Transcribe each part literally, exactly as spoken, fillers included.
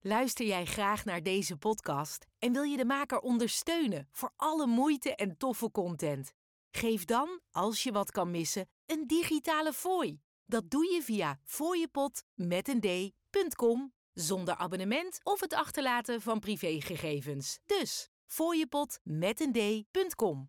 Luister jij graag naar deze podcast en wil je de maker ondersteunen voor alle moeite en toffe content? Geef dan, als je wat kan missen, een digitale fooi. Dat doe je via fooiepot met een d punt com zonder abonnement of het achterlaten van privégegevens. Dus fooiepot met een d punt com.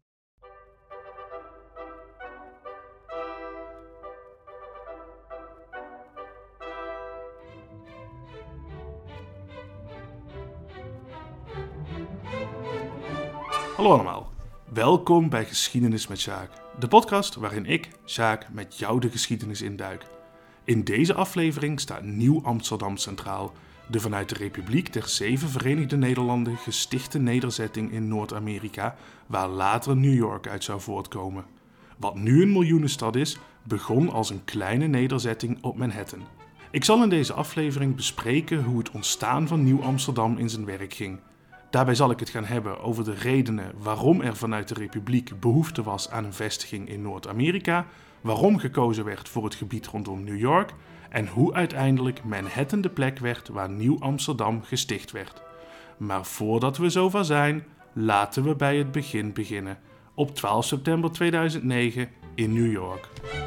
Hallo allemaal, welkom bij Geschiedenis met Sjaak, de podcast waarin ik, Sjaak, met jou de geschiedenis induik. In deze aflevering staat Nieuw-Amsterdam centraal, de vanuit de Republiek der Zeven Verenigde Nederlanden gestichte nederzetting in Noord-Amerika, waar later New York uit zou voortkomen. Wat nu een miljoenenstad is, begon als een kleine nederzetting op Manhattan. Ik zal in deze aflevering bespreken hoe het ontstaan van Nieuw-Amsterdam in zijn werk ging. Daarbij zal ik het gaan hebben over de redenen waarom er vanuit de Republiek behoefte was aan een vestiging in Noord-Amerika, waarom gekozen werd voor het gebied rondom New York en hoe uiteindelijk Manhattan de plek werd waar Nieuw-Amsterdam gesticht werd. Maar voordat we zover zijn, laten we bij het begin beginnen, op twaalf september tweeduizend negen in New York.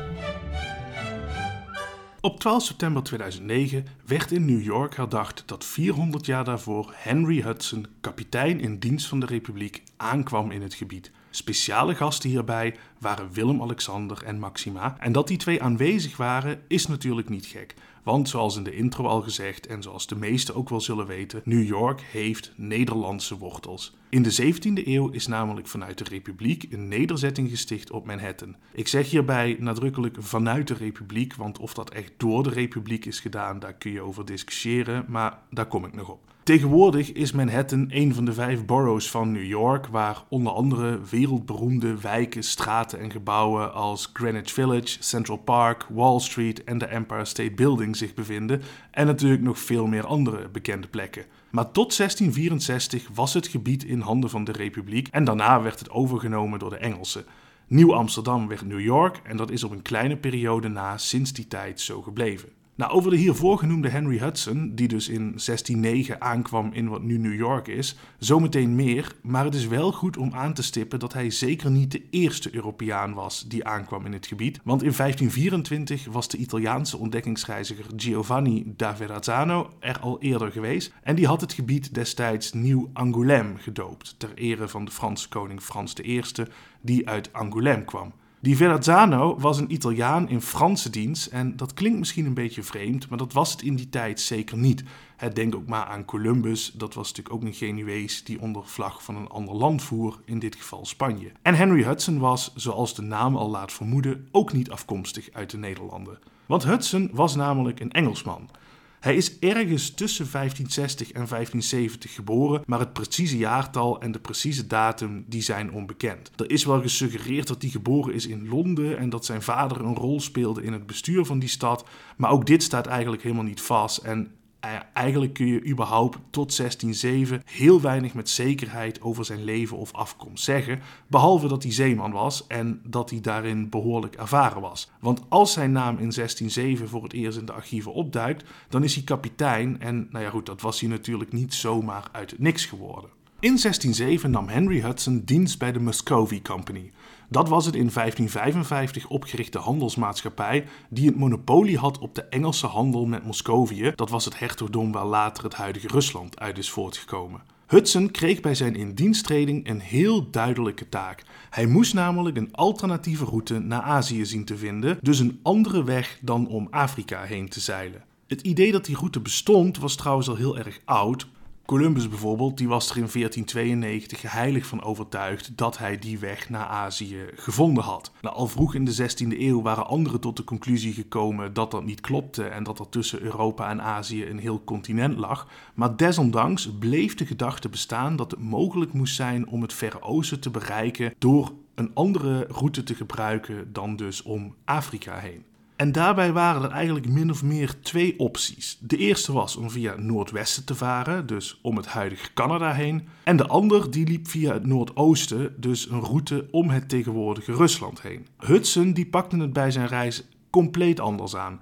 Op twaalf september tweeduizend negen werd in New York herdacht dat vierhonderd jaar daarvoor Henry Hudson, kapitein in dienst van de Republiek, aankwam in het gebied. Speciale gasten hierbij waren Willem-Alexander en Maxima. En dat die twee aanwezig waren is natuurlijk niet gek. Want zoals in de intro al gezegd en zoals de meesten ook wel zullen weten, New York heeft Nederlandse wortels. In de zeventiende eeuw is namelijk vanuit de Republiek een nederzetting gesticht op Manhattan. Ik zeg hierbij nadrukkelijk vanuit de Republiek, want of dat echt door de Republiek is gedaan, daar kun je over discussiëren, maar daar kom ik nog op. Tegenwoordig is Manhattan een van de vijf boroughs van New York, waar onder andere wereldberoemde wijken, straten en gebouwen als Greenwich Village, Central Park, Wall Street en de Empire State Building zich bevinden en natuurlijk nog veel meer andere bekende plekken. Maar tot zestien vierenzestig was het gebied in handen van de Republiek en daarna werd het overgenomen door de Engelsen. Nieuw-Amsterdam werd New York en dat is op een kleine periode na sinds die tijd zo gebleven. Nou, over de hiervoor genoemde Henry Hudson, die dus in zestien negen aankwam in wat nu New York is, zometeen meer, maar het is wel goed om aan te stippen dat hij zeker niet de eerste Europeaan was die aankwam in het gebied, want in vijftien vierentwintig was de Italiaanse ontdekkingsreiziger Giovanni da Verrazzano er al eerder geweest en die had het gebied destijds Nieuw Angoulême gedoopt, ter ere van de Franse koning Frans de Eerste, die uit Angoulême kwam. Die Verrazzano was een Italiaan in Franse dienst en dat klinkt misschien een beetje vreemd, maar dat was het in die tijd zeker niet. Denk ook maar aan Columbus, dat was natuurlijk ook een Genuees die onder vlag van een ander land voer, in dit geval Spanje. En Henry Hudson was, zoals de naam al laat vermoeden, ook niet afkomstig uit de Nederlanden. Want Hudson was namelijk een Engelsman. Hij is ergens tussen vijftien zestig en vijftien zeventig geboren, maar het precieze jaartal en de precieze datum die zijn onbekend. Er is wel gesuggereerd dat hij geboren is in Londen en dat zijn vader een rol speelde in het bestuur van die stad, maar ook dit staat eigenlijk helemaal niet vast en eigenlijk kun je überhaupt tot zestien zeven heel weinig met zekerheid over zijn leven of afkomst zeggen, behalve dat hij zeeman was en dat hij daarin behoorlijk ervaren was. Want als zijn naam in zestien zeven voor het eerst in de archieven opduikt, dan is hij kapitein en nou ja goed, dat was hij natuurlijk niet zomaar uit het niks geworden. In zestien zeven nam Henry Hudson dienst bij de Muscovy Company. Dat was het in vijftien vijfenvijftig opgerichte handelsmaatschappij die het monopolie had op de Engelse handel met Moscovië. Dat was het hertogdom waar later het huidige Rusland uit is voortgekomen. Hudson kreeg bij zijn indiensttreding een heel duidelijke taak. Hij moest namelijk een alternatieve route naar Azië zien te vinden, dus een andere weg dan om Afrika heen te zeilen. Het idee dat die route bestond was trouwens al heel erg oud. Columbus bijvoorbeeld, die was er in veertien tweeënnegentig heilig van overtuigd dat hij die weg naar Azië gevonden had. Nou, al vroeg in de zestiende eeuw waren anderen tot de conclusie gekomen dat dat niet klopte en dat er tussen Europa en Azië een heel continent lag. Maar desondanks bleef de gedachte bestaan dat het mogelijk moest zijn om het Verre Oosten te bereiken door een andere route te gebruiken dan dus om Afrika heen. En daarbij waren er eigenlijk min of meer twee opties. De eerste was om via het noordwesten te varen, dus om het huidige Canada heen. En de ander die liep via het noordoosten, dus een route om het tegenwoordige Rusland heen. Hudson die pakte het bij zijn reis compleet anders aan.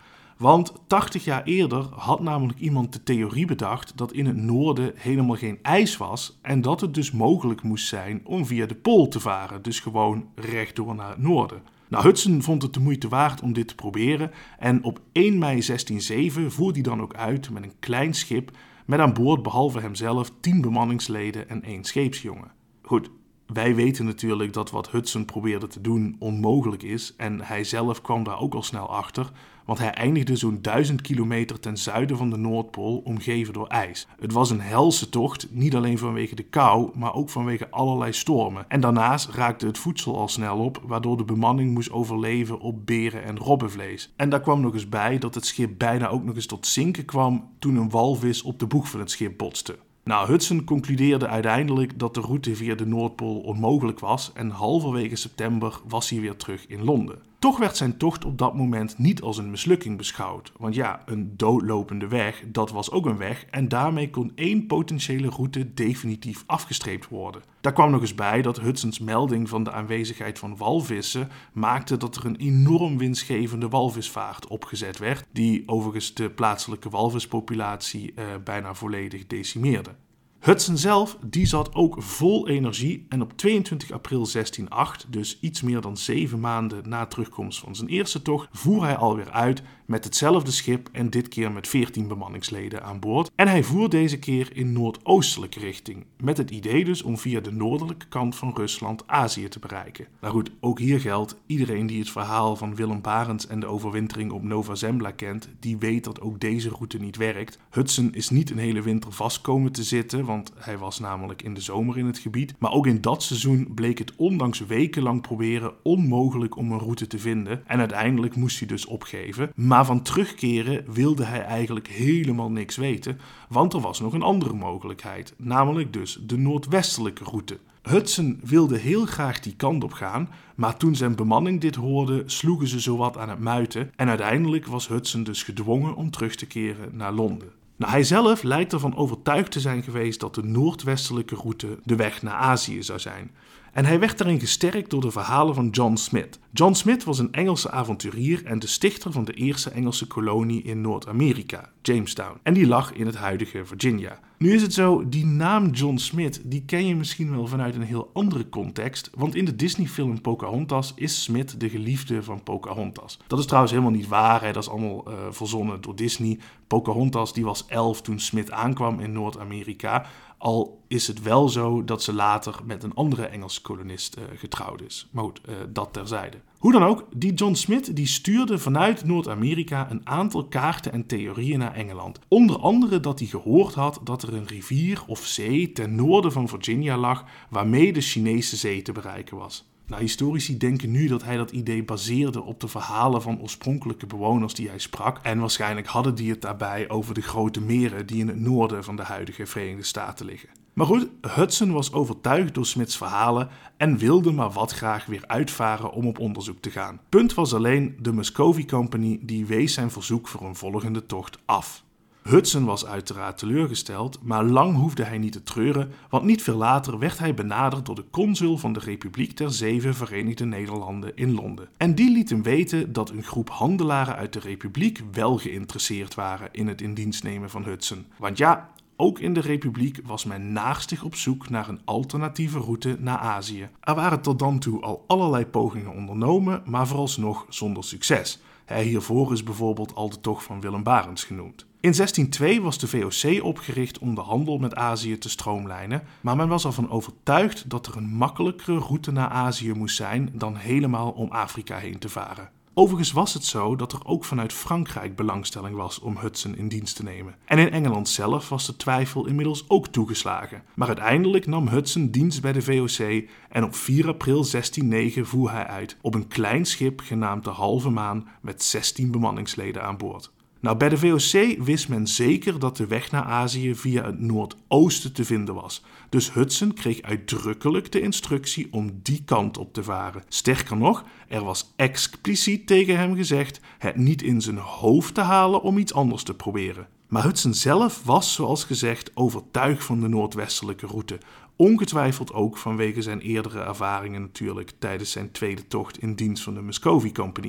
Want tachtig jaar eerder had namelijk iemand de theorie bedacht dat in het noorden helemaal geen ijs was en dat het dus mogelijk moest zijn om via de pool te varen, dus gewoon rechtdoor naar het noorden. Nou, Hudson vond het de moeite waard om dit te proberen en op één mei zestien zeven voer hij dan ook uit met een klein schip met aan boord behalve hemzelf tien bemanningsleden en één scheepsjongen. Goed, wij weten natuurlijk dat wat Hudson probeerde te doen onmogelijk is en hij zelf kwam daar ook al snel achter, want hij eindigde zo'n duizend kilometer ten zuiden van de Noordpool omgeven door ijs. Het was een helse tocht, niet alleen vanwege de kou, maar ook vanwege allerlei stormen. En daarnaast raakte het voedsel al snel op, waardoor de bemanning moest overleven op beren en robbenvlees. En daar kwam nog eens bij dat het schip bijna ook nog eens tot zinken kwam toen een walvis op de boeg van het schip botste. Nou, Hudson concludeerde uiteindelijk dat de route via de Noordpool onmogelijk was en halverwege september was hij weer terug in Londen. Toch werd zijn tocht op dat moment niet als een mislukking beschouwd, want ja, een doodlopende weg, dat was ook een weg en daarmee kon één potentiële route definitief afgestreept worden. Daar kwam nog eens bij dat Hudsons melding van de aanwezigheid van walvissen maakte dat er een enorm winstgevende walvisvaart opgezet werd, die overigens de plaatselijke walvispopulatie eh, bijna volledig decimeerde. Hudson zelf, die zat ook vol energie en op tweeëntwintig april zestien acht, dus iets meer dan zeven maanden na terugkomst van zijn eerste tocht, voer hij alweer uit met hetzelfde schip en dit keer met veertien bemanningsleden aan boord. En hij voer deze keer in noordoostelijke richting, met het idee dus om via de noordelijke kant van Rusland Azië te bereiken. Nou goed, ook hier geldt, iedereen die het verhaal van Willem Barents en de overwintering op Nova Zembla kent, die weet dat ook deze route niet werkt. Hudson is niet een hele winter vast komen te zitten, want hij was namelijk in de zomer in het gebied. Maar ook in dat seizoen bleek het ondanks wekenlang proberen onmogelijk om een route te vinden. En uiteindelijk moest hij dus opgeven. Maar van terugkeren wilde hij eigenlijk helemaal niks weten, want er was nog een andere mogelijkheid. Namelijk dus de noordwestelijke route. Hudson wilde heel graag die kant op gaan, maar toen zijn bemanning dit hoorde, sloegen ze zowat aan het muiten. En uiteindelijk was Hudson dus gedwongen om terug te keren naar Londen. Nou, hij zelf lijkt ervan overtuigd te zijn geweest dat de noordwestelijke route de weg naar Azië zou zijn. En hij werd daarin gesterkt door de verhalen van John Smith. John Smith was een Engelse avonturier en de stichter van de eerste Engelse kolonie in Noord-Amerika, Jamestown. En die lag in het huidige Virginia. Nu is het zo, die naam John Smith, die ken je misschien wel vanuit een heel andere context, want in de Disney-film Pocahontas is Smith de geliefde van Pocahontas. Dat is trouwens helemaal niet waar, hè? Dat is allemaal uh, verzonnen door Disney. Pocahontas die was elf toen Smith aankwam in Noord-Amerika. Al is het wel zo dat ze later met een andere Engelse kolonist uh, getrouwd is. Maar goed, uh, dat terzijde. Hoe dan ook, die John Smith die stuurde vanuit Noord-Amerika een aantal kaarten en theorieën naar Engeland. Onder andere dat hij gehoord had dat er een rivier of zee ten noorden van Virginia lag, waarmee de Chinese zee te bereiken was. Nou, historici denken nu dat hij dat idee baseerde op de verhalen van oorspronkelijke bewoners die hij sprak. En waarschijnlijk hadden die het daarbij over de grote meren die in het noorden van de huidige Verenigde Staten liggen. Maar goed, Hudson was overtuigd door Smiths verhalen en wilde maar wat graag weer uitvaren om op onderzoek te gaan. Punt was alleen, de Muscovy Company die wees zijn verzoek voor een volgende tocht af. Hudson was uiteraard teleurgesteld, maar lang hoefde hij niet te treuren, want niet veel later werd hij benaderd door de consul van de Republiek der Zeven Verenigde Nederlanden in Londen. En die liet hem weten dat een groep handelaren uit de Republiek wel geïnteresseerd waren in het in dienst nemen van Hudson. Want ja, ook in de Republiek was men naarstig op zoek naar een alternatieve route naar Azië. Er waren tot dan toe al allerlei pogingen ondernomen, maar vooralsnog zonder succes. Hiervoor is bijvoorbeeld al de tocht van Willem Barents genoemd. In zestien twee was de V O C opgericht om de handel met Azië te stroomlijnen, maar men was ervan overtuigd dat er een makkelijkere route naar Azië moest zijn dan helemaal om Afrika heen te varen. Overigens was het zo dat er ook vanuit Frankrijk belangstelling was om Hudson in dienst te nemen. En in Engeland zelf was de twijfel inmiddels ook toegeslagen. Maar uiteindelijk nam Hudson dienst bij de V O C en op vier april zestien negen voer hij uit op een klein schip genaamd de Halve Maan met zestien bemanningsleden aan boord. Nou, bij de V O C wist men zeker dat de weg naar Azië via het noordoosten te vinden was. Dus Hudson kreeg uitdrukkelijk de instructie om die kant op te varen. Sterker nog, er was expliciet tegen hem gezegd het niet in zijn hoofd te halen om iets anders te proberen. Maar Hudson zelf was, zoals gezegd, overtuigd van de noordwestelijke route. Ongetwijfeld ook vanwege zijn eerdere ervaringen natuurlijk tijdens zijn tweede tocht in dienst van de Muscovy Company.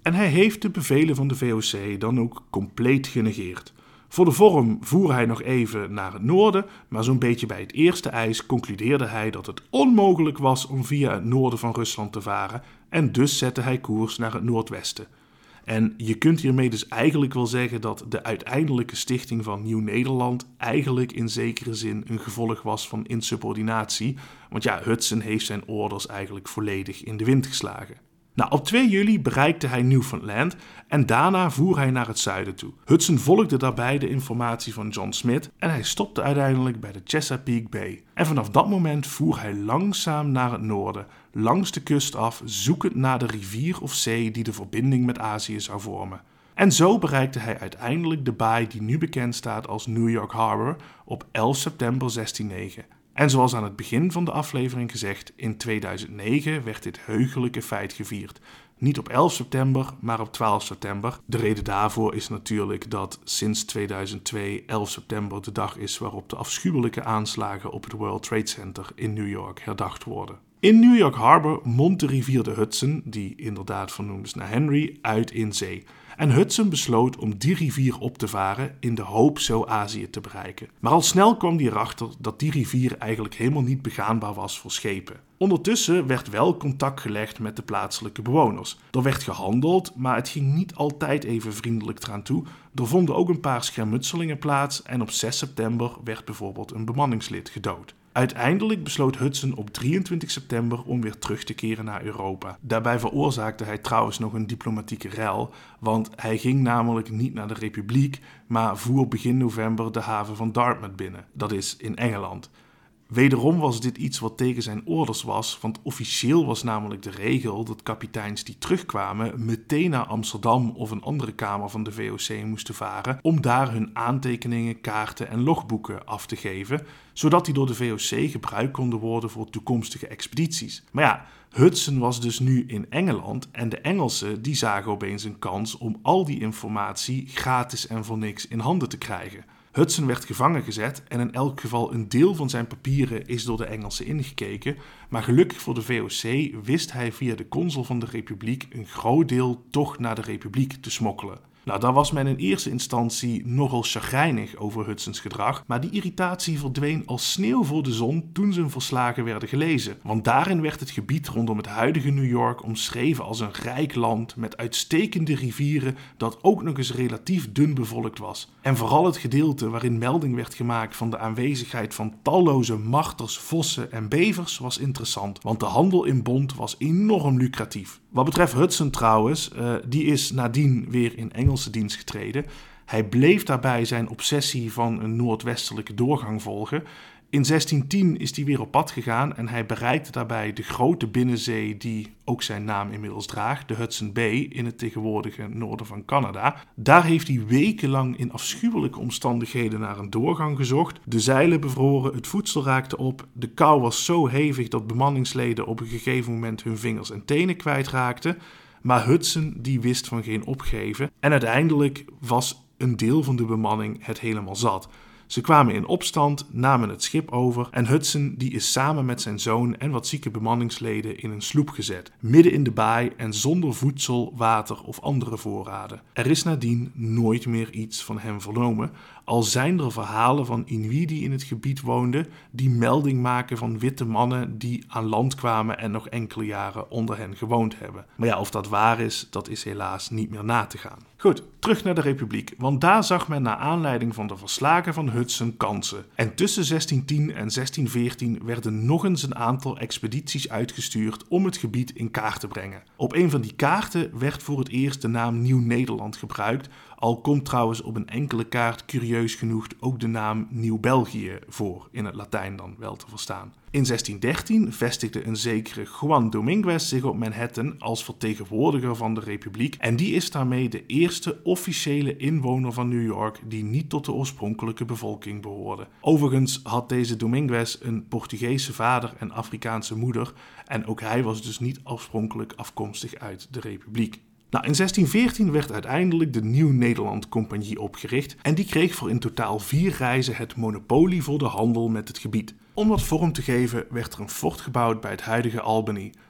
En hij heeft de bevelen van de V O C dan ook compleet genegeerd. Voor de vorm voer hij nog even naar het noorden, maar zo'n beetje bij het eerste ijs concludeerde hij dat het onmogelijk was om via het noorden van Rusland te varen en dus zette hij koers naar het noordwesten. En je kunt hiermee dus eigenlijk wel zeggen dat de uiteindelijke stichting van Nieuw-Nederland eigenlijk in zekere zin een gevolg was van insubordinatie, want ja, Hudson heeft zijn orders eigenlijk volledig in de wind geslagen. Nou, op twee juli bereikte hij Newfoundland en daarna voer hij naar het zuiden toe. Hudson volgde daarbij de informatie van John Smith en hij stopte uiteindelijk bij de Chesapeake Bay. En vanaf dat moment voer hij langzaam naar het noorden, langs de kust af, zoekend naar de rivier of zee die de verbinding met Azië zou vormen. En zo bereikte hij uiteindelijk de baai die nu bekend staat als New York Harbor op elf september zestiennegen. En zoals aan het begin van de aflevering gezegd, in tweeduizend negen werd dit heugelijke feit gevierd. Niet op elf september, maar op twaalf september. De reden daarvoor is natuurlijk dat sinds tweeduizend twee elf september de dag is waarop de afschuwelijke aanslagen op het World Trade Center in New York herdacht worden. In New York Harbor mondt de rivier de Hudson, die inderdaad vernoemd is naar Henry, uit in zee. En Hudson besloot om die rivier op te varen in de hoop zo Azië te bereiken. Maar al snel kwam hij erachter dat die rivier eigenlijk helemaal niet begaanbaar was voor schepen. Ondertussen werd wel contact gelegd met de plaatselijke bewoners. Er werd gehandeld, maar het ging niet altijd even vriendelijk eraan toe. Er vonden ook een paar schermutselingen plaats en op zes september werd bijvoorbeeld een bemanningslid gedood. Uiteindelijk besloot Hudson op drieëntwintig september om weer terug te keren naar Europa. Daarbij veroorzaakte hij trouwens nog een diplomatieke rel, want hij ging namelijk niet naar de Republiek, maar voer begin november de haven van Dartmouth binnen. Dat is in Engeland. Wederom was dit iets wat tegen zijn orders was, want officieel was namelijk de regel dat kapiteins die terugkwamen meteen naar Amsterdam of een andere kamer van de V O C moesten varen om daar hun aantekeningen, kaarten en logboeken af te geven, zodat die door de V O C gebruikt konden worden voor toekomstige expedities. Maar ja, Hudson was dus nu in Engeland en de Engelsen die zagen opeens een kans om al die informatie gratis en voor niks in handen te krijgen. Hudson werd gevangen gezet en in elk geval een deel van zijn papieren is door de Engelsen ingekeken, maar gelukkig voor de V O C wist hij via de consul van de Republiek een groot deel toch naar de Republiek te smokkelen. Nou, daar was men in eerste instantie nogal chagrijnig over Hudsons gedrag, maar die irritatie verdween als sneeuw voor de zon toen zijn verslagen werden gelezen. Want daarin werd het gebied rondom het huidige New York omschreven als een rijk land met uitstekende rivieren dat ook nog eens relatief dun bevolkt was. En vooral het gedeelte waarin melding werd gemaakt van de aanwezigheid van talloze marters, vossen en bevers was interessant, want de handel in bont was enorm lucratief. Wat betreft Hudson trouwens, uh, die is nadien weer in Engelse dienst getreden. Hij bleef daarbij zijn obsessie van een noordwestelijke doorgang volgen. In zestien tien is hij weer op pad gegaan en hij bereikte daarbij de grote binnenzee die ook zijn naam inmiddels draagt, de Hudson Bay in het tegenwoordige noorden van Canada. Daar heeft hij wekenlang in afschuwelijke omstandigheden naar een doorgang gezocht. De zeilen bevroren, het voedsel raakte op, de kou was zo hevig dat bemanningsleden op een gegeven moment hun vingers en tenen kwijtraakten. Maar Hudson die wist van geen opgeven en uiteindelijk was een deel van de bemanning het helemaal zat. Ze kwamen in opstand, namen het schip over en Hudson die is samen met zijn zoon en wat zieke bemanningsleden in een sloep gezet, midden in de baai en zonder voedsel, water of andere voorraden. Er is nadien nooit meer iets van hem vernomen, al zijn er verhalen van Inuit die in het gebied woonden, die melding maken van witte mannen die aan land kwamen en nog enkele jaren onder hen gewoond hebben. Maar ja, of dat waar is, dat is helaas niet meer na te gaan. Goed, terug naar de Republiek, want daar zag men naar aanleiding van de verslagen van Hudson kansen. En tussen zestien tien en zestien veertien werden nog eens een aantal expedities uitgestuurd om het gebied in kaart te brengen. Op een van die kaarten werd voor het eerst de naam Nieuw-Nederland gebruikt, al komt trouwens op een enkele kaart curieus genoeg ook de naam Nieuw-België voor, in het Latijn dan wel te verstaan. In zestien dertien vestigde een zekere Juan Dominguez zich op Manhattan als vertegenwoordiger van de Republiek en die is daarmee de eerste officiële inwoner van New York die niet tot de oorspronkelijke bevolking behoorde. Overigens had deze Dominguez een Portugese vader en Afrikaanse moeder en ook hij was dus niet oorspronkelijk afkomstig uit de Republiek. Nou, in zestien veertien werd uiteindelijk de Nieuw-Nederland Compagnie opgericht en die kreeg voor in totaal vier reizen het monopolie voor de handel met het gebied. Om dat vorm te geven werd er een fort gebouwd bij het huidige Albany.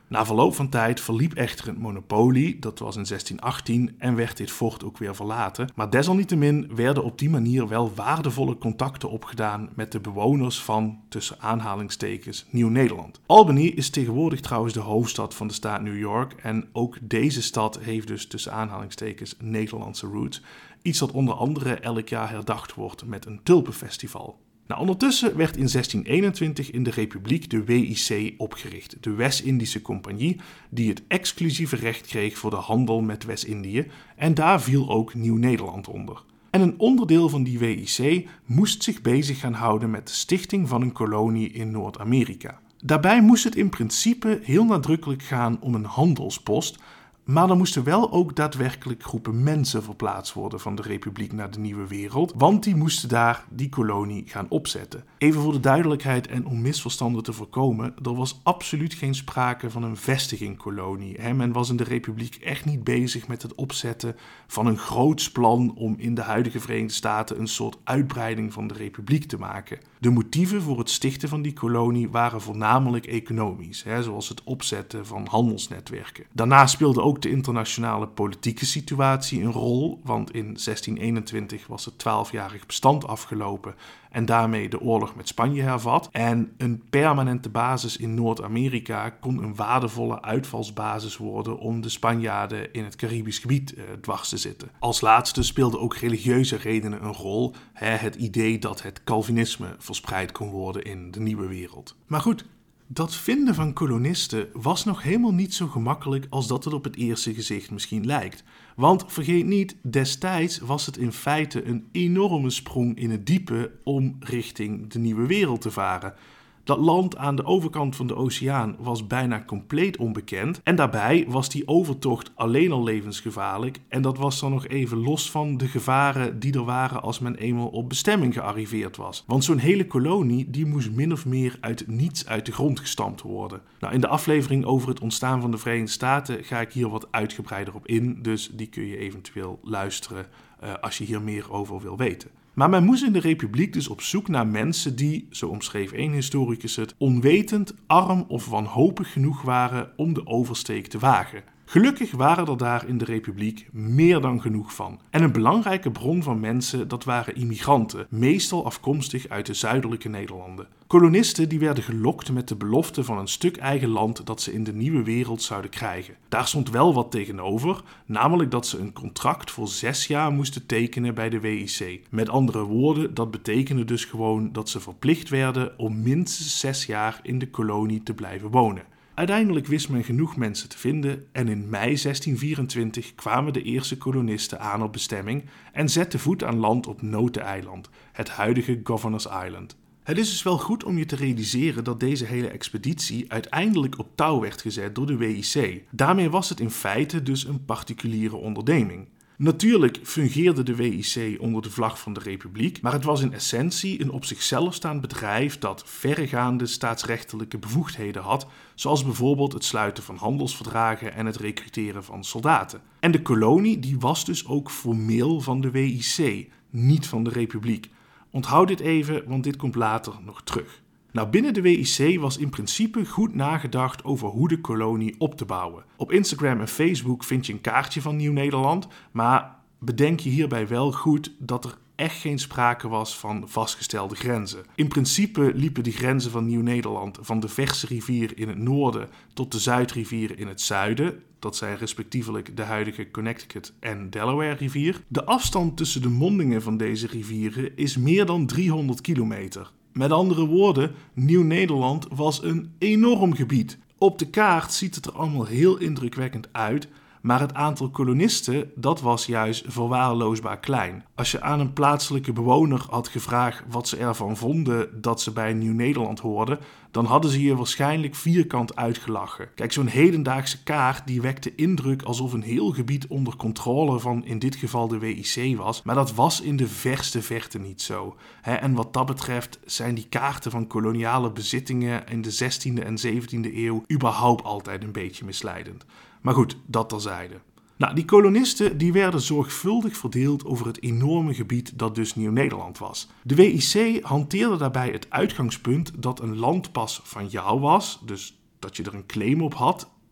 Na verloop van tijd verliep echter het monopolie, dat was in zestien achttien, en werd dit fort ook weer verlaten. Maar desalniettemin werden op die manier wel waardevolle contacten opgedaan met de bewoners van, tussen aanhalingstekens, Nieuw-Nederland. Albany is tegenwoordig trouwens de hoofdstad van de staat New York en ook deze stad heeft dus tussen aanhalingstekens Nederlandse roots. Iets dat onder andere elk jaar herdacht wordt met een tulpenfestival. Nou, ondertussen werd in zestien eenentwintig in de Republiek de W I C opgericht, de West-Indische Compagnie, die het exclusieve recht kreeg voor de handel met West-Indië en daar viel ook Nieuw-Nederland onder. En een onderdeel van die W I C moest zich bezig gaan houden met de stichting van een kolonie in Noord-Amerika. Daarbij moest het in principe heel nadrukkelijk gaan om een handelspost, maar er moesten wel ook daadwerkelijk groepen mensen verplaatst worden van de Republiek naar de Nieuwe Wereld, want die moesten daar die kolonie gaan opzetten. Even voor de duidelijkheid en om misverstanden te voorkomen, er was absoluut geen sprake van een vestigingkolonie. Hè? Men was in de Republiek echt niet bezig met het opzetten van een groots plan om in de huidige Verenigde Staten een soort uitbreiding van de Republiek te maken. De motieven voor het stichten van die kolonie waren voornamelijk economisch, hè, zoals het opzetten van handelsnetwerken. Daarna speelde ook de internationale politieke situatie een rol, want in zestien eenentwintig was het twaalfjarig bestand afgelopen en daarmee de oorlog met Spanje hervat. En een permanente basis in Noord-Amerika kon een waardevolle uitvalsbasis worden om de Spanjaarden in het Caribisch gebied eh, dwars te zitten. Als laatste speelden ook religieuze redenen een rol, hè, het idee dat het Calvinisme verspreid kon worden in de Nieuwe Wereld. Maar goed, dat vinden van kolonisten was nog helemaal niet zo gemakkelijk als dat het op het eerste gezicht misschien lijkt. Want vergeet niet, destijds was het in feite een enorme sprong in het diepe om richting de Nieuwe Wereld te varen. Dat land aan de overkant van de oceaan was bijna compleet onbekend en daarbij was die overtocht alleen al levensgevaarlijk en dat was dan nog even los van de gevaren die er waren als men eenmaal op bestemming gearriveerd was. Want zo'n hele kolonie die moest min of meer uit het niets uit de grond gestampt worden. Nou, in de aflevering over het ontstaan van de Verenigde Staten ga ik hier wat uitgebreider op in, dus die kun je eventueel luisteren uh, als je hier meer over wil weten. Maar men moest in de Republiek dus op zoek naar mensen die, zo omschreef één historicus het, onwetend, arm of wanhopig genoeg waren om de oversteek te wagen. Gelukkig waren er daar in de Republiek meer dan genoeg van. En een belangrijke bron van mensen, dat waren immigranten, meestal afkomstig uit de zuidelijke Nederlanden. Kolonisten die werden gelokt met de belofte van een stuk eigen land dat ze in de Nieuwe Wereld zouden krijgen. Daar stond wel wat tegenover, namelijk dat ze een contract voor zes jaar moesten tekenen bij de W I C. Met andere woorden, dat betekende dus gewoon dat ze verplicht werden om minstens zes jaar in de kolonie te blijven wonen. Uiteindelijk wist men genoeg mensen te vinden en in mei zestien vierentwintig kwamen de eerste kolonisten aan op bestemming en zetten voet aan land op Noten-eiland, het huidige Governors Island. Het is dus wel goed om je te realiseren dat deze hele expeditie uiteindelijk op touw werd gezet door de W I C. Daarmee was het in feite dus een particuliere onderneming. Natuurlijk fungeerde de W I C onder de vlag van de Republiek, maar het was in essentie een op zichzelf staand bedrijf dat verregaande staatsrechtelijke bevoegdheden had, zoals bijvoorbeeld het sluiten van handelsverdragen en het recruteren van soldaten. En de kolonie die was dus ook formeel van de W I C, niet van de Republiek. Onthoud dit even, want dit komt later nog terug. Nou, binnen de W I C was in principe goed nagedacht over hoe de kolonie op te bouwen. Op Instagram en Facebook vind je een kaartje van Nieuw-Nederland, maar bedenk je hierbij wel goed dat er echt geen sprake was van vastgestelde grenzen. In principe liepen die grenzen van Nieuw-Nederland van de Verse rivier in het noorden tot de Zuidrivier in het zuiden. Dat zijn respectievelijk de huidige Connecticut en Delaware rivier. De afstand tussen de mondingen van deze rivieren is meer dan driehonderd kilometer. Met andere woorden, Nieuw-Nederland was een enorm gebied. Op de kaart ziet het er allemaal heel indrukwekkend uit, maar het aantal kolonisten, dat was juist verwaarloosbaar klein. Als je aan een plaatselijke bewoner had gevraagd wat ze ervan vonden dat ze bij Nieuw-Nederland hoorden, dan hadden ze je waarschijnlijk vierkant uitgelachen. Kijk, zo'n hedendaagse kaart die wekte indruk alsof een heel gebied onder controle van in dit geval de W I C was, maar dat was in de verste verte niet zo. He, en wat dat betreft zijn die kaarten van koloniale bezittingen in de zestiende en zeventiende eeuw überhaupt altijd een beetje misleidend. Maar goed, dat terzijde. Nou, die kolonisten die werden zorgvuldig verdeeld over het enorme gebied dat dus Nieuw-Nederland was. De W I C hanteerde daarbij het uitgangspunt dat een land pas van jou was, dus dat je er een claim op had,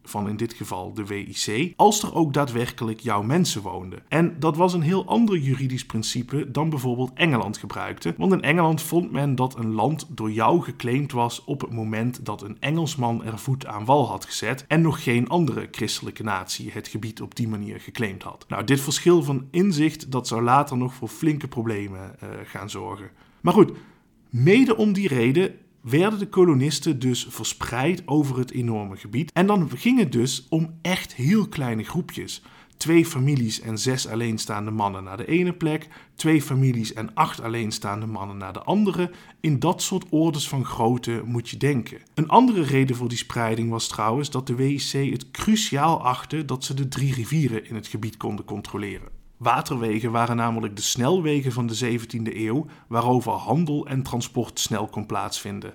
van in dit geval de W I C, als er ook daadwerkelijk jouw mensen woonden. En dat was een heel ander juridisch principe dan bijvoorbeeld Engeland gebruikte, want in Engeland vond men dat een land door jou geclaimd was op het moment dat een Engelsman er voet aan wal had gezet en nog geen andere christelijke natie het gebied op die manier geclaimd had. Nou, dit verschil van inzicht, dat zou later nog voor flinke problemen uh, gaan zorgen. Maar goed, mede om die reden werden de kolonisten dus verspreid over het enorme gebied. En dan ging het dus om echt heel kleine groepjes. Twee families en zes alleenstaande mannen naar de ene plek, twee families en acht alleenstaande mannen naar de andere. In dat soort orders van grootte moet je denken. Een andere reden voor die spreiding was trouwens dat de W I C het cruciaal achtte dat ze de drie rivieren in het gebied konden controleren. Waterwegen waren namelijk de snelwegen van de zeventiende eeuw waarover handel en transport snel kon plaatsvinden.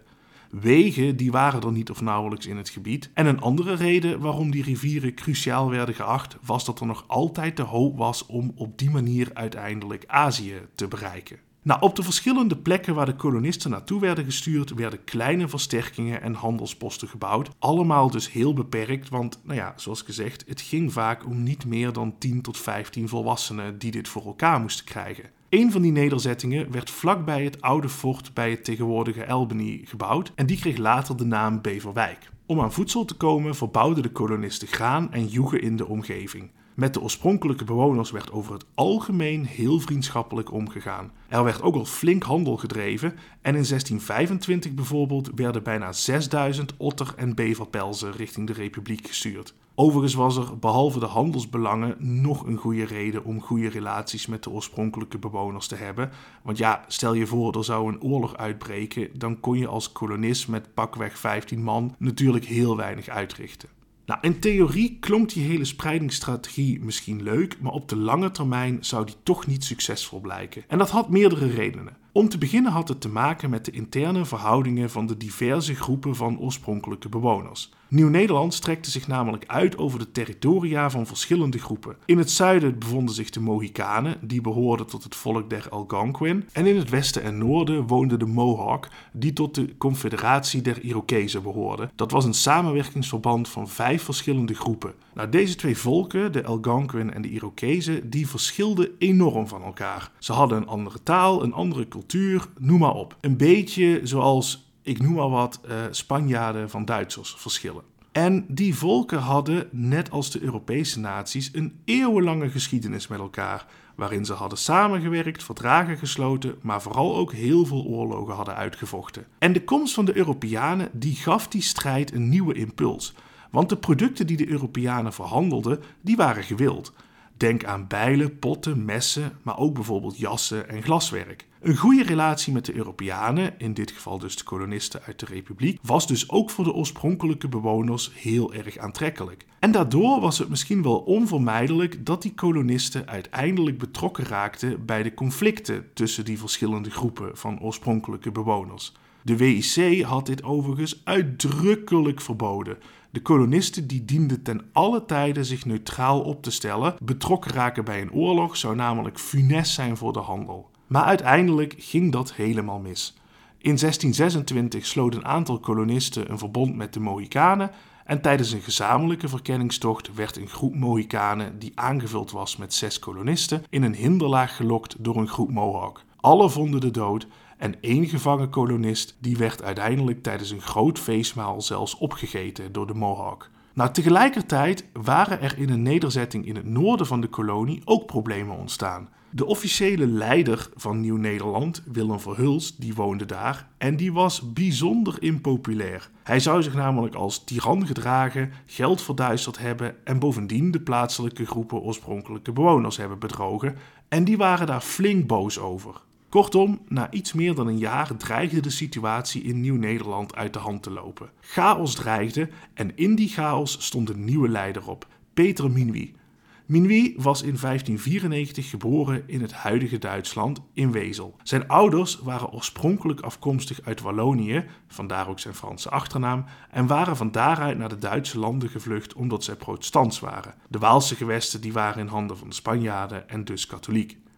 Wegen die waren er niet of nauwelijks in het gebied. En een andere reden waarom die rivieren cruciaal werden geacht was dat er nog altijd de hoop was om op die manier uiteindelijk Azië te bereiken. Nou, op de verschillende plekken waar de kolonisten naartoe werden gestuurd, werden kleine versterkingen en handelsposten gebouwd. Allemaal dus heel beperkt, want, nou ja, zoals gezegd, het ging vaak om niet meer dan tien tot vijftien volwassenen die dit voor elkaar moesten krijgen. Een van die nederzettingen werd vlakbij het oude fort bij het tegenwoordige Albany gebouwd en die kreeg later de naam Beverwijk. Om aan voedsel te komen verbouwden de kolonisten graan en joegen in de omgeving. Met de oorspronkelijke bewoners werd over het algemeen heel vriendschappelijk omgegaan. Er werd ook al flink handel gedreven en in zestien vijfentwintig bijvoorbeeld werden bijna zesduizend otter- en beverpelzen richting de Republiek gestuurd. Overigens was er, behalve de handelsbelangen, nog een goede reden om goede relaties met de oorspronkelijke bewoners te hebben. Want ja, stel je voor er zou een oorlog uitbreken, dan kon je als kolonist met pakweg vijftien man natuurlijk heel weinig uitrichten. Nou, in theorie klonk die hele spreidingsstrategie misschien leuk, maar op de lange termijn zou die toch niet succesvol blijken. En dat had meerdere redenen. Om te beginnen had het te maken met de interne verhoudingen van de diverse groepen van oorspronkelijke bewoners. Nieuw-Nederland strekte zich namelijk uit over de territoria van verschillende groepen. In het zuiden bevonden zich de Mohikanen, die behoorden tot het volk der Algonquin. En in het westen en noorden woonde de Mohawk, die tot de Confederatie der Irokezen behoorden. Dat was een samenwerkingsverband van vijf verschillende groepen. Nou, deze twee volken, de Algonquin en de Irokezen, die verschilden enorm van elkaar. Ze hadden een andere taal, een andere cultuur, noem maar op. Een beetje zoals, ik noem maar wat, uh, Spanjaarden van Duitsers verschillen. En die volken hadden, net als de Europese naties, een eeuwenlange geschiedenis met elkaar, waarin ze hadden samengewerkt, verdragen gesloten, maar vooral ook heel veel oorlogen hadden uitgevochten. En de komst van de Europeanen, die gaf die strijd een nieuwe impuls. Want de producten die de Europeanen verhandelden, die waren gewild. Denk aan bijlen, potten, messen, maar ook bijvoorbeeld jassen en glaswerk. Een goede relatie met de Europeanen, in dit geval dus de kolonisten uit de Republiek, was dus ook voor de oorspronkelijke bewoners heel erg aantrekkelijk. En daardoor was het misschien wel onvermijdelijk dat die kolonisten uiteindelijk betrokken raakten bij de conflicten tussen die verschillende groepen van oorspronkelijke bewoners. De W I C had dit overigens uitdrukkelijk verboden. De kolonisten die dienden ten alle tijde zich neutraal op te stellen. Betrokken raken bij een oorlog zou namelijk funest zijn voor de handel. Maar uiteindelijk ging dat helemaal mis. In zestien zesentwintig sloot een aantal kolonisten een verbond met de Mohikanen en tijdens een gezamenlijke verkenningstocht werd een groep Mohikanen die aangevuld was met zes kolonisten in een hinderlaag gelokt door een groep Mohawk. Alle vonden de dood en één gevangen kolonist die werd uiteindelijk tijdens een groot feestmaal zelfs opgegeten door de Mohawk. Nou, tegelijkertijd waren er in een nederzetting in het noorden van de kolonie ook problemen ontstaan. De officiële leider van Nieuw-Nederland, Willem Verhulst, die woonde daar en die was bijzonder impopulair. Hij zou zich namelijk als tiran gedragen, geld verduisterd hebben en bovendien de plaatselijke groepen oorspronkelijke bewoners hebben bedrogen en die waren daar flink boos over. Kortom, na iets meer dan een jaar dreigde de situatie in Nieuw-Nederland uit de hand te lopen. Chaos dreigde en in die chaos stond een nieuwe leider op, Peter Minuit. Minuit was in vijftien vierennegentig geboren in het huidige Duitsland, in Wesel. Zijn ouders waren oorspronkelijk afkomstig uit Wallonië, vandaar ook zijn Franse achternaam, en waren van daaruit naar de Duitse landen gevlucht omdat zij protestants waren. De Waalse gewesten die waren in handen van de Spanjaarden en dus katholiek.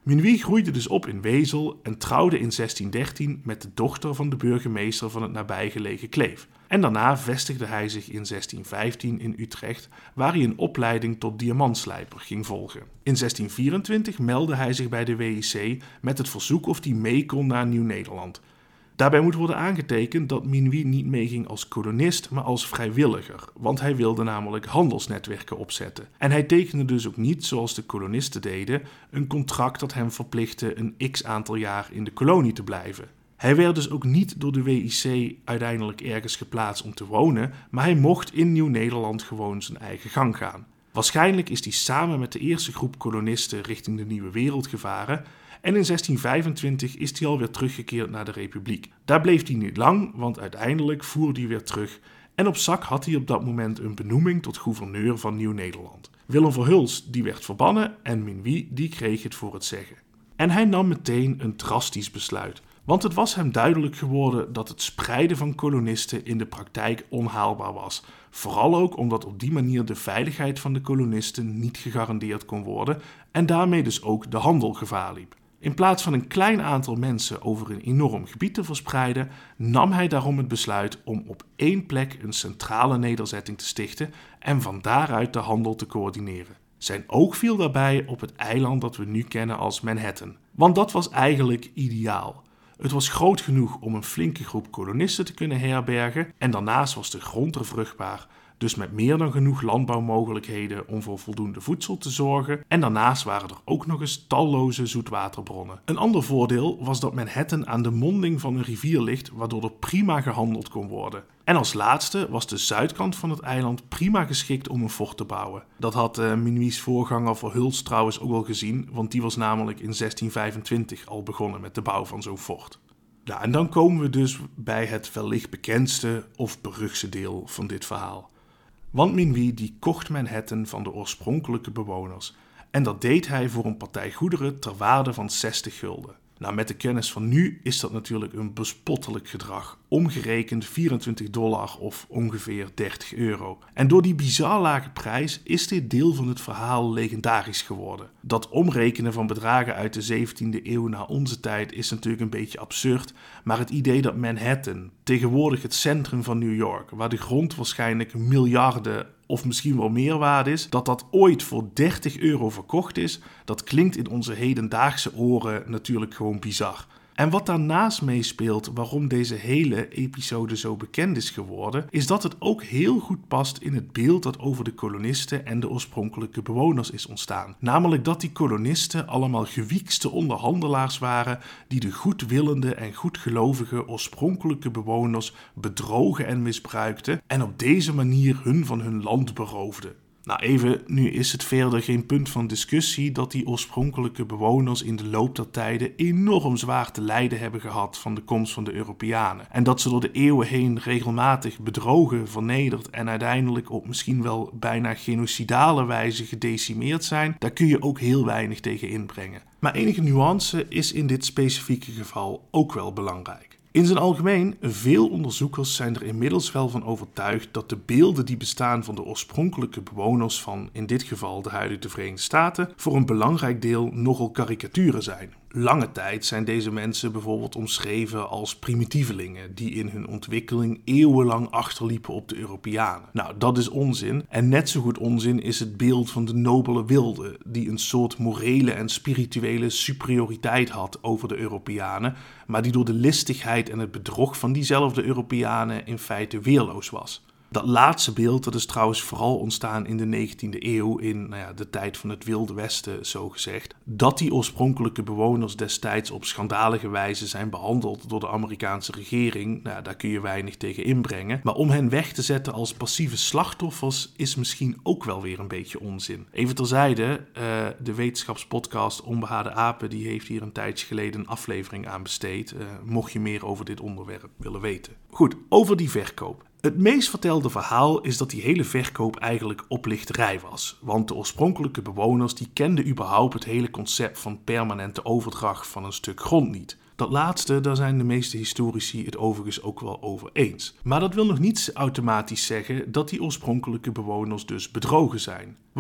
Minuit groeide dus op in Wesel en trouwde in zestien dertien met de dochter van de burgemeester van het nabijgelegen Kleef. En daarna vestigde hij zich in zestien vijftien in Utrecht, waar hij een opleiding tot diamantslijper ging volgen. In zestien vierentwintig meldde hij zich bij de W I C met het verzoek of hij mee kon naar Nieuw-Nederland. Daarbij moet worden aangetekend dat Minuit niet meeging als kolonist, maar als vrijwilliger, want hij wilde namelijk handelsnetwerken opzetten. En hij tekende dus ook niet, zoals de kolonisten deden, een contract dat hem verplichtte een x-aantal jaar in de kolonie te blijven. Hij werd dus ook niet door de W I C uiteindelijk ergens geplaatst om te wonen, maar hij mocht in Nieuw-Nederland gewoon zijn eigen gang gaan. Waarschijnlijk is hij samen met de eerste groep kolonisten richting de Nieuwe Wereld gevaren en in zestien vijfentwintig is hij alweer teruggekeerd naar de Republiek. Daar bleef hij niet lang, want uiteindelijk voerde hij weer terug en op zak had hij op dat moment een benoeming tot gouverneur van Nieuw-Nederland. Willem Verhulst die werd verbannen en Minuit die kreeg het voor het zeggen. En hij nam meteen een drastisch besluit. Want het was hem duidelijk geworden dat het spreiden van kolonisten in de praktijk onhaalbaar was. Vooral ook omdat op die manier de veiligheid van de kolonisten niet gegarandeerd kon worden en daarmee dus ook de handel gevaar liep. In plaats van een klein aantal mensen over een enorm gebied te verspreiden, nam hij daarom het besluit om op één plek een centrale nederzetting te stichten en van daaruit de handel te coördineren. Zijn oog viel daarbij op het eiland dat we nu kennen als Manhattan. Want dat was eigenlijk ideaal. Het was groot genoeg om een flinke groep kolonisten te kunnen herbergen en daarnaast was de grond er vruchtbaar, dus met meer dan genoeg landbouwmogelijkheden om voor voldoende voedsel te zorgen en daarnaast waren er ook nog eens talloze zoetwaterbronnen. Een ander voordeel was dat Manhattan aan de monding van een rivier ligt, waardoor er prima gehandeld kon worden. En als laatste was de zuidkant van het eiland prima geschikt om een fort te bouwen. Dat had uh, Minuits voorganger Verhulst trouwens ook al gezien, want die was namelijk in zestien vijfentwintig al begonnen met de bouw van zo'n fort. Ja, en dan komen we dus bij het wellicht bekendste of beruchtste deel van dit verhaal. Want Minuit die kocht Manhattan van de oorspronkelijke bewoners. En dat deed hij voor een partij goederen ter waarde van zestig gulden. Nou, met de kennis van nu is dat natuurlijk een bespottelijk gedrag. Omgerekend vierentwintig dollar of ongeveer dertig euro. En door die bizar lage prijs is dit deel van het verhaal legendarisch geworden. Dat omrekenen van bedragen uit de zeventiende eeuw naar onze tijd is natuurlijk een beetje absurd. Maar het idee dat Manhattan, tegenwoordig het centrum van New York, waar de grond waarschijnlijk miljarden of misschien wel meer waard is, dat dat ooit voor dertig euro verkocht is, dat klinkt in onze hedendaagse oren natuurlijk gewoon bizar. En wat daarnaast meespeelt waarom deze hele episode zo bekend is geworden, is dat het ook heel goed past in het beeld dat over de kolonisten en de oorspronkelijke bewoners is ontstaan. Namelijk dat die kolonisten allemaal gewiekste onderhandelaars waren die de goedwillende en goedgelovige oorspronkelijke bewoners bedrogen en misbruikten en op deze manier hun van hun land beroofden. Nou even, nu is het verder geen punt van discussie dat die oorspronkelijke bewoners in de loop der tijden enorm zwaar te lijden hebben gehad van de komst van de Europeanen. En dat ze door de eeuwen heen regelmatig bedrogen, vernederd en uiteindelijk op misschien wel bijna genocidale wijze gedecimeerd zijn, daar kun je ook heel weinig tegen inbrengen. Maar enige nuance is in dit specifieke geval ook wel belangrijk. In zijn algemeen, veel onderzoekers zijn er inmiddels wel van overtuigd dat de beelden die bestaan van de oorspronkelijke bewoners van, in dit geval de huidige Verenigde Staten, voor een belangrijk deel nogal karikaturen zijn. Lange tijd zijn deze mensen bijvoorbeeld omschreven als primitievelingen die in hun ontwikkeling eeuwenlang achterliepen op de Europeanen. Nou, dat is onzin. En net zo goed onzin is het beeld van de nobele wilde, die een soort morele en spirituele superioriteit had over de Europeanen, maar die door de listigheid en het bedrog van diezelfde Europeanen in feite weerloos was. Dat laatste beeld dat is trouwens vooral ontstaan in de negentiende eeuw, in nou ja, de tijd van het Wilde Westen, zogezegd. Dat die oorspronkelijke bewoners destijds op schandalige wijze zijn behandeld door de Amerikaanse regering, nou, daar kun je weinig tegen inbrengen. Maar om hen weg te zetten als passieve slachtoffers is misschien ook wel weer een beetje onzin. Even terzijde, uh, de wetenschapspodcast Onbehaarde Apen die heeft hier een tijdje geleden een aflevering aan besteed, uh, mocht je meer over dit onderwerp willen weten. Goed, over die verkoop. Het meest vertelde verhaal is dat die hele verkoop eigenlijk oplichterij was. Want de oorspronkelijke bewoners die kenden überhaupt het hele concept van permanente overdracht van een stuk grond niet. Dat laatste, daar zijn de meeste historici het overigens ook wel over eens. Maar dat wil nog niet automatisch zeggen dat die oorspronkelijke bewoners dus bedrogen zijn. Want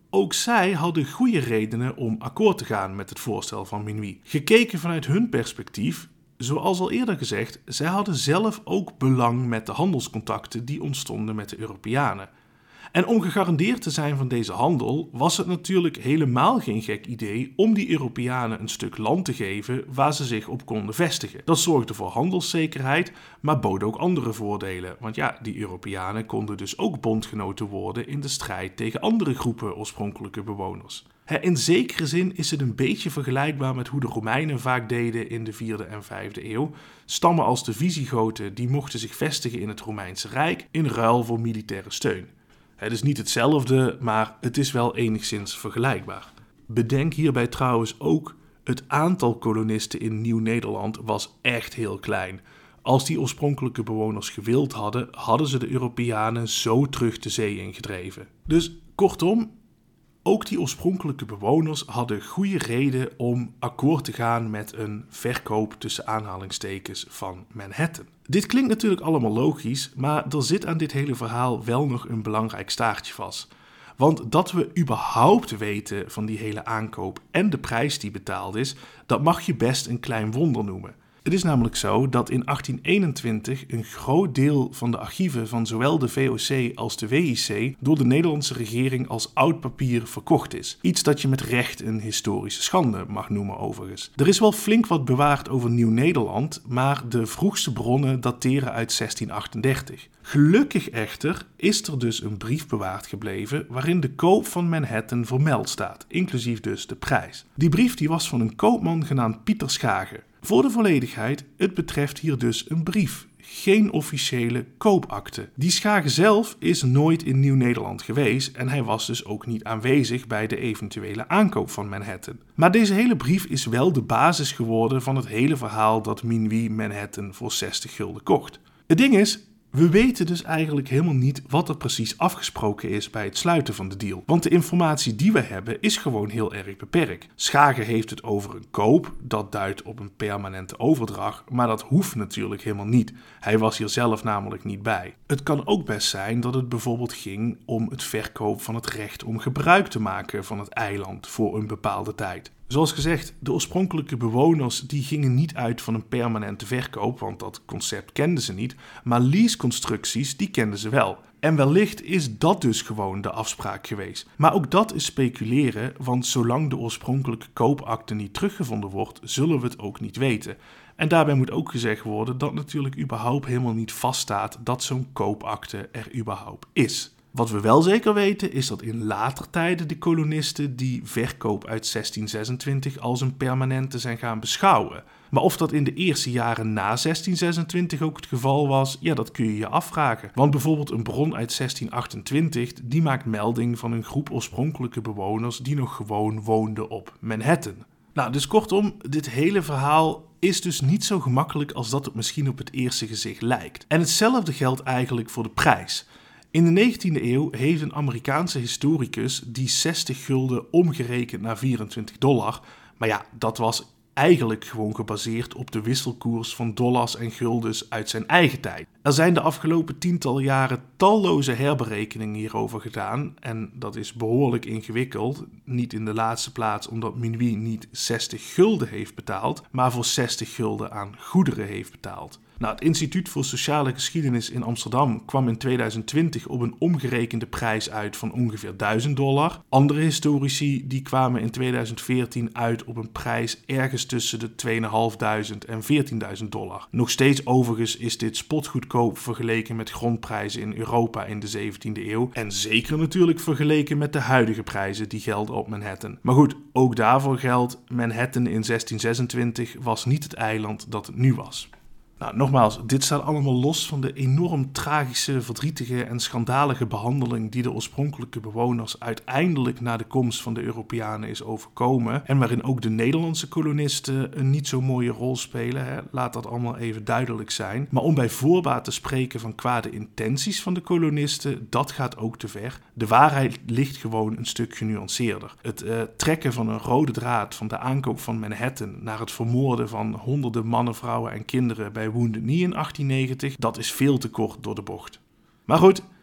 ook zij hadden goede redenen om akkoord te gaan met het voorstel van Minuit. Gekeken vanuit hun perspectief, zoals al eerder gezegd, zij hadden zelf ook belang met de handelscontacten die ontstonden met de Europeanen. En om gegarandeerd te zijn van deze handel, was het natuurlijk helemaal geen gek idee om die Europeanen een stuk land te geven waar ze zich op konden vestigen. Dat zorgde voor handelszekerheid, maar bood ook andere voordelen. Want ja, die Europeanen konden dus ook bondgenoten worden in de strijd tegen andere groepen oorspronkelijke bewoners. In zekere zin is het een beetje vergelijkbaar met hoe de Romeinen vaak deden in de vierde en vijfde eeuw. Stammen als de Visigoten die mochten zich vestigen in het Romeinse Rijk in ruil voor militaire steun. Het is niet hetzelfde, maar het is wel enigszins vergelijkbaar. Bedenk hierbij trouwens ook, het aantal kolonisten in Nieuw-Nederland was echt heel klein. Als die oorspronkelijke bewoners gewild hadden, hadden ze de Europeanen zo terug de zee ingedreven. Dus kortom, ook die oorspronkelijke bewoners hadden goede reden om akkoord te gaan met een verkoop tussen aanhalingstekens van Manhattan. Dit klinkt natuurlijk allemaal logisch, maar er zit aan dit hele verhaal wel nog een belangrijk staartje vast. Want dat we überhaupt weten van die hele aankoop en de prijs die betaald is, dat mag je best een klein wonder noemen. Het is namelijk zo dat in achttien eenentwintig een groot deel van de archieven van zowel de V O C als de W I C door de Nederlandse regering als oud papier verkocht is. Iets dat je met recht een historische schande mag noemen overigens. Er is wel flink wat bewaard over Nieuw-Nederland, maar de vroegste bronnen dateren uit zestien achtendertig. Gelukkig echter is er dus een brief bewaard gebleven waarin de koop van Manhattan vermeld staat, inclusief dus de prijs. Die brief die was van een koopman genaamd Pieter Schage. Voor de volledigheid, het betreft hier dus een brief, geen officiële koopakte. Die Schage zelf is nooit in Nieuw-Nederland geweest en hij was dus ook niet aanwezig bij de eventuele aankoop van Manhattan. Maar deze hele brief is wel de basis geworden van het hele verhaal dat Minuit Manhattan voor zestig gulden kocht. Het ding is, we weten dus eigenlijk helemaal niet wat er precies afgesproken is bij het sluiten van de deal. Want de informatie die we hebben is gewoon heel erg beperkt. Schage heeft het over een koop, dat duidt op een permanente overdracht, maar dat hoeft natuurlijk helemaal niet. Hij was hier zelf namelijk niet bij. Het kan ook best zijn dat het bijvoorbeeld ging om het verkoop van het recht om gebruik te maken van het eiland voor een bepaalde tijd. Zoals gezegd, de oorspronkelijke bewoners die gingen niet uit van een permanente verkoop, want dat concept kenden ze niet, maar leaseconstructies die kenden ze wel. En wellicht is dat dus gewoon de afspraak geweest. Maar ook dat is speculeren, want zolang de oorspronkelijke koopakte niet teruggevonden wordt, zullen we het ook niet weten. En daarbij moet ook gezegd worden dat natuurlijk überhaupt helemaal niet vaststaat dat zo'n koopakte er überhaupt is. Wat we wel zeker weten is dat in later tijden de kolonisten die verkoop uit zestien zesentwintig als een permanente zijn gaan beschouwen. Maar of dat in de eerste jaren na zestien zesentwintig ook het geval was, ja, dat kun je je afvragen. Want bijvoorbeeld een bron uit zestien achtentwintig, die maakt melding van een groep oorspronkelijke bewoners die nog gewoon woonden op Manhattan. Nou, dus kortom, dit hele verhaal is dus niet zo gemakkelijk als dat het misschien op het eerste gezicht lijkt. En hetzelfde geldt eigenlijk voor de prijs. In de negentiende eeuw heeft een Amerikaanse historicus die zestig gulden omgerekend naar vierentwintig dollar. Maar ja, dat was eigenlijk gewoon gebaseerd op de wisselkoers van dollars en guldens uit zijn eigen tijd. Er zijn de afgelopen tientallen jaren talloze herberekeningen hierover gedaan en dat is behoorlijk ingewikkeld. Niet in de laatste plaats omdat Minuit niet zestig gulden heeft betaald, maar voor zestig gulden aan goederen heeft betaald. Nou, het Instituut voor Sociale Geschiedenis in Amsterdam kwam in tweeduizend twintig op een omgerekende prijs uit van ongeveer duizend dollar. Andere historici die kwamen in tweeduizend veertien uit op een prijs ergens tussen de tweeduizend vijfhonderd en veertienduizend dollar. Nog steeds overigens is dit spotgoedkoop vergeleken met grondprijzen in Europa in de zeventiende eeuw. En zeker natuurlijk vergeleken met de huidige prijzen die gelden op Manhattan. Maar goed, ook daarvoor geldt, Manhattan in zestien zesentwintig was niet het eiland dat het nu was. Nou, nogmaals, dit staat allemaal los van de enorm tragische, verdrietige en schandalige behandeling die de oorspronkelijke bewoners uiteindelijk na de komst van de Europeanen is overkomen en waarin ook de Nederlandse kolonisten een niet zo mooie rol spelen. Hè. Laat dat allemaal even duidelijk zijn. Maar om bij voorbaat te spreken van kwade intenties van de kolonisten, dat gaat ook te ver. De waarheid ligt gewoon een stuk genuanceerder. Het uh, trekken van een rode draad van de aankoop van Manhattan naar het vermoorden van honderden mannen, vrouwen en kinderen bij Wounded Knee in achttien negentig, dat is veel te kort door de bocht. Maar goed,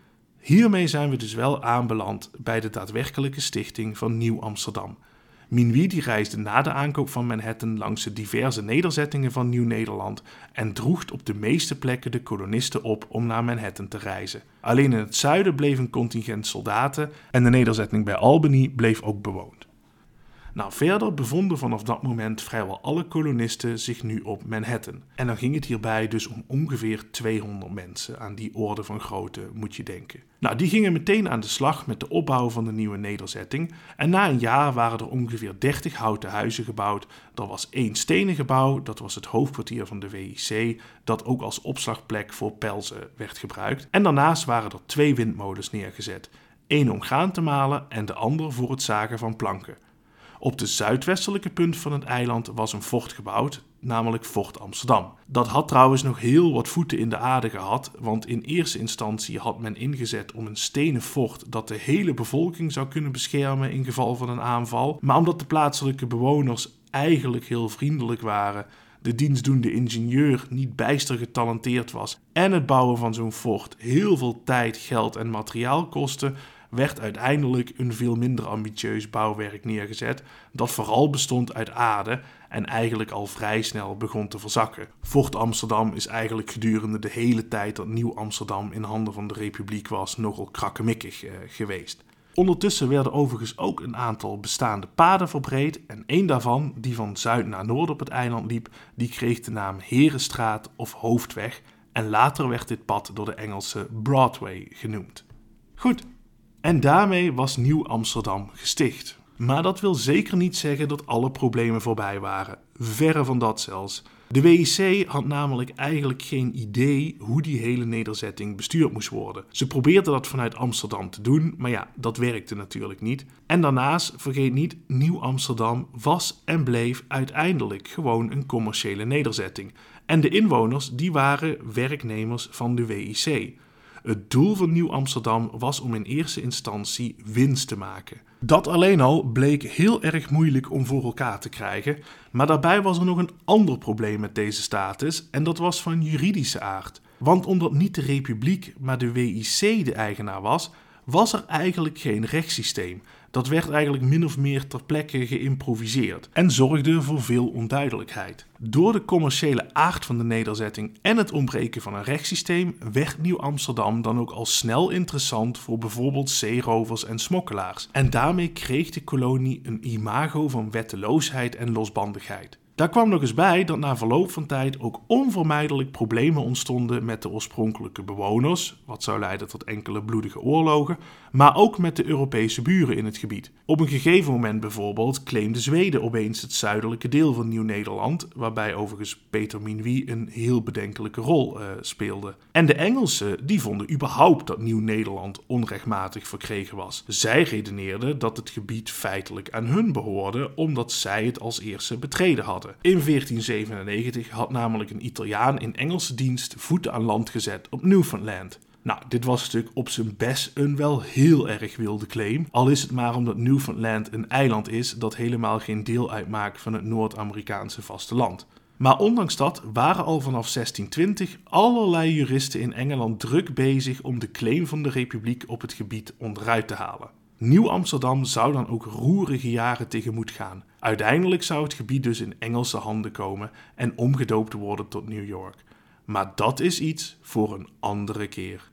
Hiermee zijn we dus wel aanbeland bij de daadwerkelijke stichting van Nieuw-Amsterdam. Minuit die reisde na de aankoop van Manhattan langs de diverse nederzettingen van Nieuw-Nederland en droeg op de meeste plekken de kolonisten op om naar Manhattan te reizen. Alleen in het zuiden bleef een contingent soldaten en de nederzetting bij Albany bleef ook bewoond. Nou, verder bevonden vanaf dat moment vrijwel alle kolonisten zich nu op Manhattan. En dan ging het hierbij dus om ongeveer tweehonderd mensen. Aan die orde van grootte moet je denken. Nou, die gingen meteen aan de slag met de opbouw van de nieuwe nederzetting. En na een jaar waren er ongeveer dertig houten huizen gebouwd. Er was één stenen gebouw, dat was het hoofdkwartier van de W I C, dat ook als opslagplek voor pelzen werd gebruikt. En daarnaast waren er twee windmolens neergezet. Eén om graan te malen en de ander voor het zagen van planken. Op de zuidwestelijke punt van het eiland was een fort gebouwd, namelijk Fort Amsterdam. Dat had trouwens nog heel wat voeten in de aarde gehad, want in eerste instantie had men ingezet om een stenen fort dat de hele bevolking zou kunnen beschermen in geval van een aanval. Maar omdat de plaatselijke bewoners eigenlijk heel vriendelijk waren, de dienstdoende ingenieur niet bijster getalenteerd was en het bouwen van zo'n fort heel veel tijd, geld en materiaal kostte, werd uiteindelijk een veel minder ambitieus bouwwerk neergezet, dat vooral bestond uit aarde en eigenlijk al vrij snel begon te verzakken. Fort Amsterdam is eigenlijk gedurende de hele tijd dat Nieuw-Amsterdam in handen van de Republiek was nogal krakkemikkig eh, geweest. Ondertussen werden overigens ook een aantal bestaande paden verbreed en één daarvan, die van zuid naar noord op het eiland liep, die kreeg de naam Herenstraat of Hoofdweg en later werd dit pad door de Engelsen Broadway genoemd. Goed. En daarmee was Nieuw-Amsterdam gesticht. Maar dat wil zeker niet zeggen dat alle problemen voorbij waren. Verre van dat zelfs. De W I C had namelijk eigenlijk geen idee hoe die hele nederzetting bestuurd moest worden. Ze probeerden dat vanuit Amsterdam te doen, maar ja, dat werkte natuurlijk niet. En daarnaast, vergeet niet, Nieuw-Amsterdam was en bleef uiteindelijk gewoon een commerciële nederzetting. En de inwoners, die waren werknemers van de W I C. Het doel van Nieuw-Amsterdam was om in eerste instantie winst te maken. Dat alleen al bleek heel erg moeilijk om voor elkaar te krijgen, maar daarbij was er nog een ander probleem met deze status en dat was van juridische aard. Want omdat niet de Republiek, maar de W I C de eigenaar was, was er eigenlijk geen rechtssysteem. Dat werd eigenlijk min of meer ter plekke geïmproviseerd en zorgde voor veel onduidelijkheid. Door de commerciële aard van de nederzetting en het ontbreken van een rechtssysteem werd Nieuw-Amsterdam dan ook al snel interessant voor bijvoorbeeld zeerovers en smokkelaars. En daarmee kreeg de kolonie een imago van wetteloosheid en losbandigheid. Daar kwam nog eens bij dat na verloop van tijd ook onvermijdelijk problemen ontstonden met de oorspronkelijke bewoners, wat zou leiden tot enkele bloedige oorlogen, maar ook met de Europese buren in het gebied. Op een gegeven moment bijvoorbeeld claimde Zweden opeens het zuidelijke deel van Nieuw-Nederland, waarbij overigens Peter Minuit een heel bedenkelijke rol uh, speelde. En de Engelsen die vonden überhaupt dat Nieuw-Nederland onrechtmatig verkregen was. Zij redeneerden dat het gebied feitelijk aan hun behoorde, omdat zij het als eerste betreden hadden. In veertien zevenennegentig had namelijk een Italiaan in Engelse dienst voeten aan land gezet op Newfoundland. Nou, dit was natuurlijk op zijn best een wel heel erg wilde claim, al is het maar omdat Newfoundland een eiland is dat helemaal geen deel uitmaakt van het Noord-Amerikaanse vasteland. Maar ondanks dat waren al vanaf zestien twintig allerlei juristen in Engeland druk bezig om de claim van de Republiek op het gebied onderuit te halen. Nieuw-Amsterdam zou dan ook roerige jaren tegemoet gaan. Uiteindelijk zou het gebied dus in Engelse handen komen en omgedoopt worden tot New York. Maar dat is iets voor een andere keer.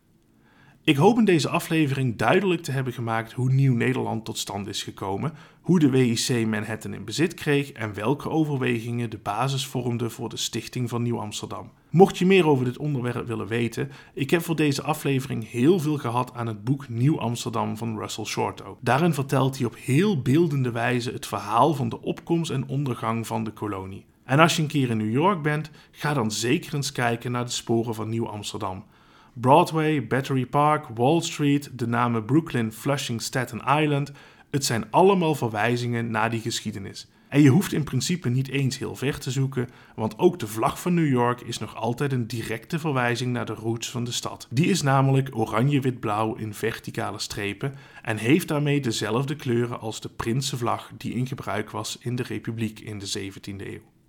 Ik hoop in deze aflevering duidelijk te hebben gemaakt hoe Nieuw-Nederland tot stand is gekomen, hoe de W I C Manhattan in bezit kreeg en welke overwegingen de basis vormden voor de stichting van Nieuw-Amsterdam. Mocht je meer over dit onderwerp willen weten, ik heb voor deze aflevering heel veel gehad aan het boek Nieuw-Amsterdam van Russell Shorto. Daarin vertelt hij op heel beeldende wijze het verhaal van de opkomst en ondergang van de kolonie. En als je een keer in New York bent, ga dan zeker eens kijken naar de sporen van Nieuw-Amsterdam. Broadway, Battery Park, Wall Street, de namen Brooklyn, Flushing, Staten Island, het zijn allemaal verwijzingen naar die geschiedenis. En je hoeft in principe niet eens heel ver te zoeken, want ook de vlag van New York is nog altijd een directe verwijzing naar de roots van de stad. Die is namelijk oranje-wit-blauw in verticale strepen en heeft daarmee dezelfde kleuren als de Prinsenvlag die in gebruik was in de Republiek in de zeventiende eeuw.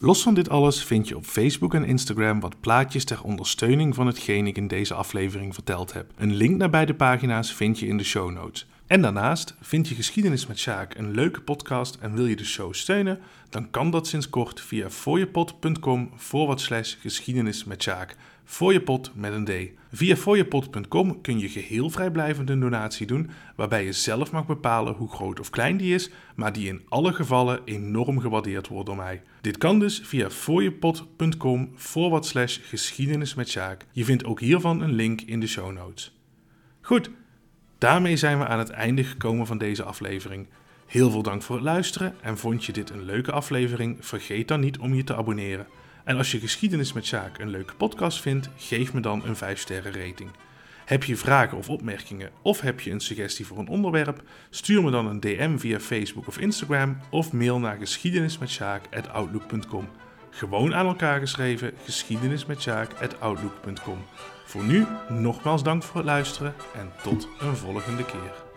Los van dit alles vind je op Facebook en Instagram wat plaatjes ter ondersteuning van hetgeen ik in deze aflevering verteld heb. Een link naar beide pagina's vind je in de show notes. En daarnaast, vind je Geschiedenis met Sjaak een leuke podcast en wil je de show steunen, dan kan dat sinds kort via fooiepot.com forward slash geschiedenis met Sjaak. Fooiepot met een D. Via fooiepot punt com kun je geheel vrijblijvend een donatie doen, waarbij je zelf mag bepalen hoe groot of klein die is, maar die in alle gevallen enorm gewaardeerd wordt door mij. Dit kan dus via fooiepot.com forward slash geschiedenis met Sjaak. Je vindt ook hiervan een link in de show notes. Goed, daarmee zijn we aan het einde gekomen van deze aflevering. Heel veel dank voor het luisteren en vond je dit een leuke aflevering, vergeet dan niet om je te abonneren. En als je Geschiedenis met Sjaak een leuke podcast vindt, geef me dan een vijf sterren rating. Heb je vragen of opmerkingen of heb je een suggestie voor een onderwerp? Stuur me dan een D M via Facebook of Instagram of mail naar geschiedenis met sjaak at outlook punt com. Gewoon aan elkaar geschreven, geschiedenis met sjaak at outlook punt com. Voor nu, nogmaals dank voor het luisteren en tot een volgende keer.